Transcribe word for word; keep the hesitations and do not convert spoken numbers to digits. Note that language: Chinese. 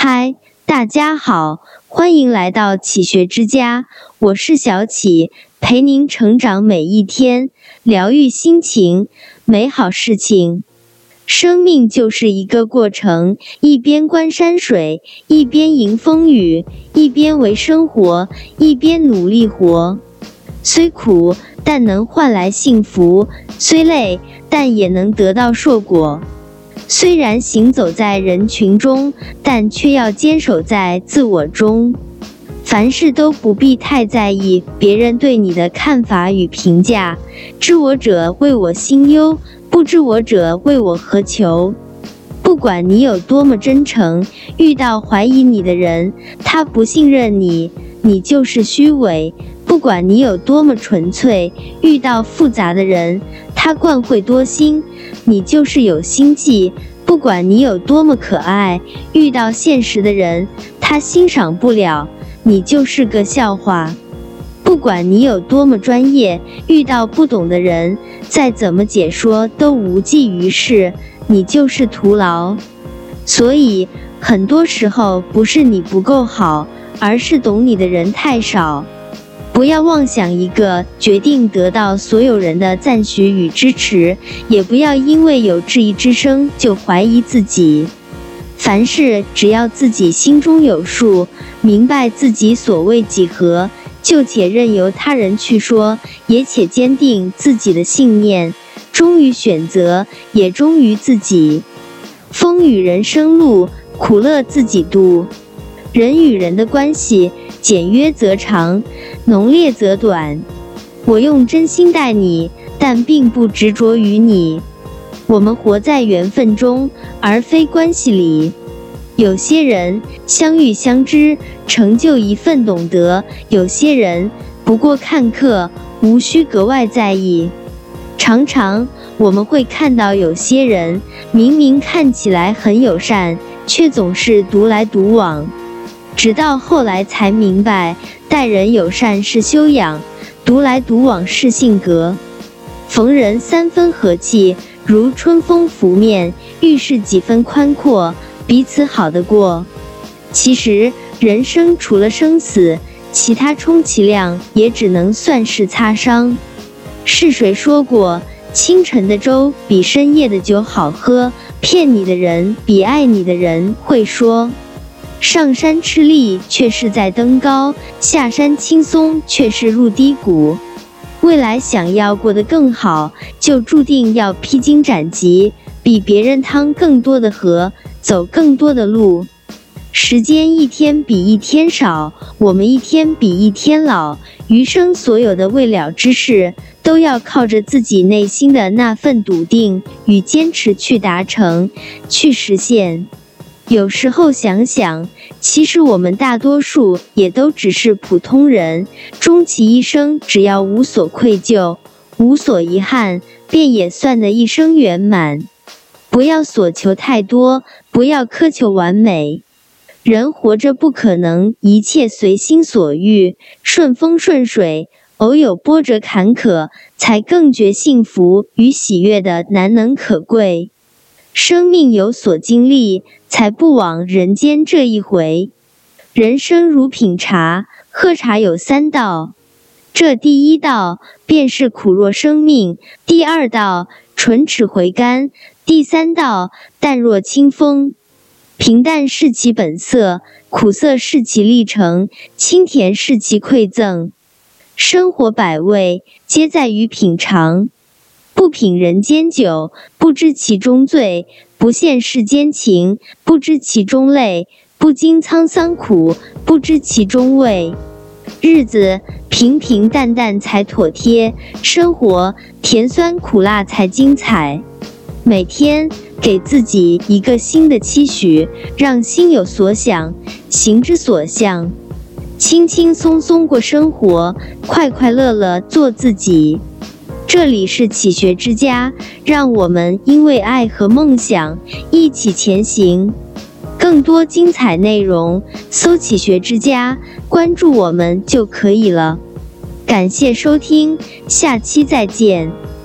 嗨，大家好，欢迎来到启学之家，我是小启，陪您成长每一天，疗愈心情，美好事情。生命就是一个过程，一边观山水，一边迎风雨，一边为生活，一边努力活。虽苦，但能换来幸福；虽累，但也能得到硕果。虽然行走在人群中，但却要坚守在自我中。凡事都不必太在意别人对你的看法与评价，知我者谓我心忧，不知我者谓我何求。不管你有多么真诚，遇到怀疑你的人，他不信任你，你就是虚伪；不管你有多么纯粹，遇到复杂的人，他惯会多心，你就是有心计；不管你有多么可爱，遇到现实的人，他欣赏不了，你就是个笑话；不管你有多么专业，遇到不懂的人，再怎么解说都无济于事，你就是徒劳。所以很多时候不是你不够好，而是懂你的人太少。不要妄想一个决定得到所有人的赞许与支持，也不要因为有质疑之声就怀疑自己。凡事只要自己心中有数，明白自己所谓几何，就且任由他人去说，也且坚定自己的信念，忠于选择，也忠于自己。风雨人生路，苦乐自己度。人与人的关系，简约则长，浓烈则短。我用真心待你，但并不执着于你。我们活在缘分中，而非关系里。有些人相遇相知，成就一份懂得；有些人不过看客，无需格外在意。常常我们会看到有些人明明看起来很友善，却总是独来独往。直到后来才明白，待人友善是修养，独来独往是性格。逢人三分和气，如春风拂面，遇事几分宽阔，彼此好得过。其实人生除了生死，其他充其量也只能算是擦伤。是谁说过，清晨的粥比深夜的酒好喝？骗你的人比爱你的人会说。上山吃力却是在登高，下山轻松却是入低谷。未来想要过得更好，就注定要披荆斩棘，比别人趟更多的河，走更多的路。时间一天比一天少，我们一天比一天老，余生所有的未了之事，都要靠着自己内心的那份笃定与坚持去达成，去实现。有时候想想，其实我们大多数也都只是普通人，终其一生只要无所愧疚，无所遗憾，便也算得一生圆满。不要所求太多，不要苛求完美。人活着不可能一切随心所欲，顺风顺水，偶有波折坎坷，才更觉幸福与喜悦的难能可贵。生命有所经历，才不枉人间这一回。人生如品茶，喝茶有三道。这第一道便是苦若生命，第二道唇齿回甘，第三道淡若清风。平淡是其本色，苦涩是其历程，清甜是其馈赠。生活百味，皆在于品尝。不品人间酒，不知其中醉；不羡世间情，不知其中泪；不经沧桑苦，不知其中味。日子平平淡淡才妥帖，生活甜酸苦辣才精彩。每天给自己一个新的期许，让心有所想，行之所向，轻轻松松过生活，快快乐乐做自己。这里是启学之家，让我们因为爱和梦想一起前行。更多精彩内容，搜启学之家，关注我们就可以了。感谢收听，下期再见。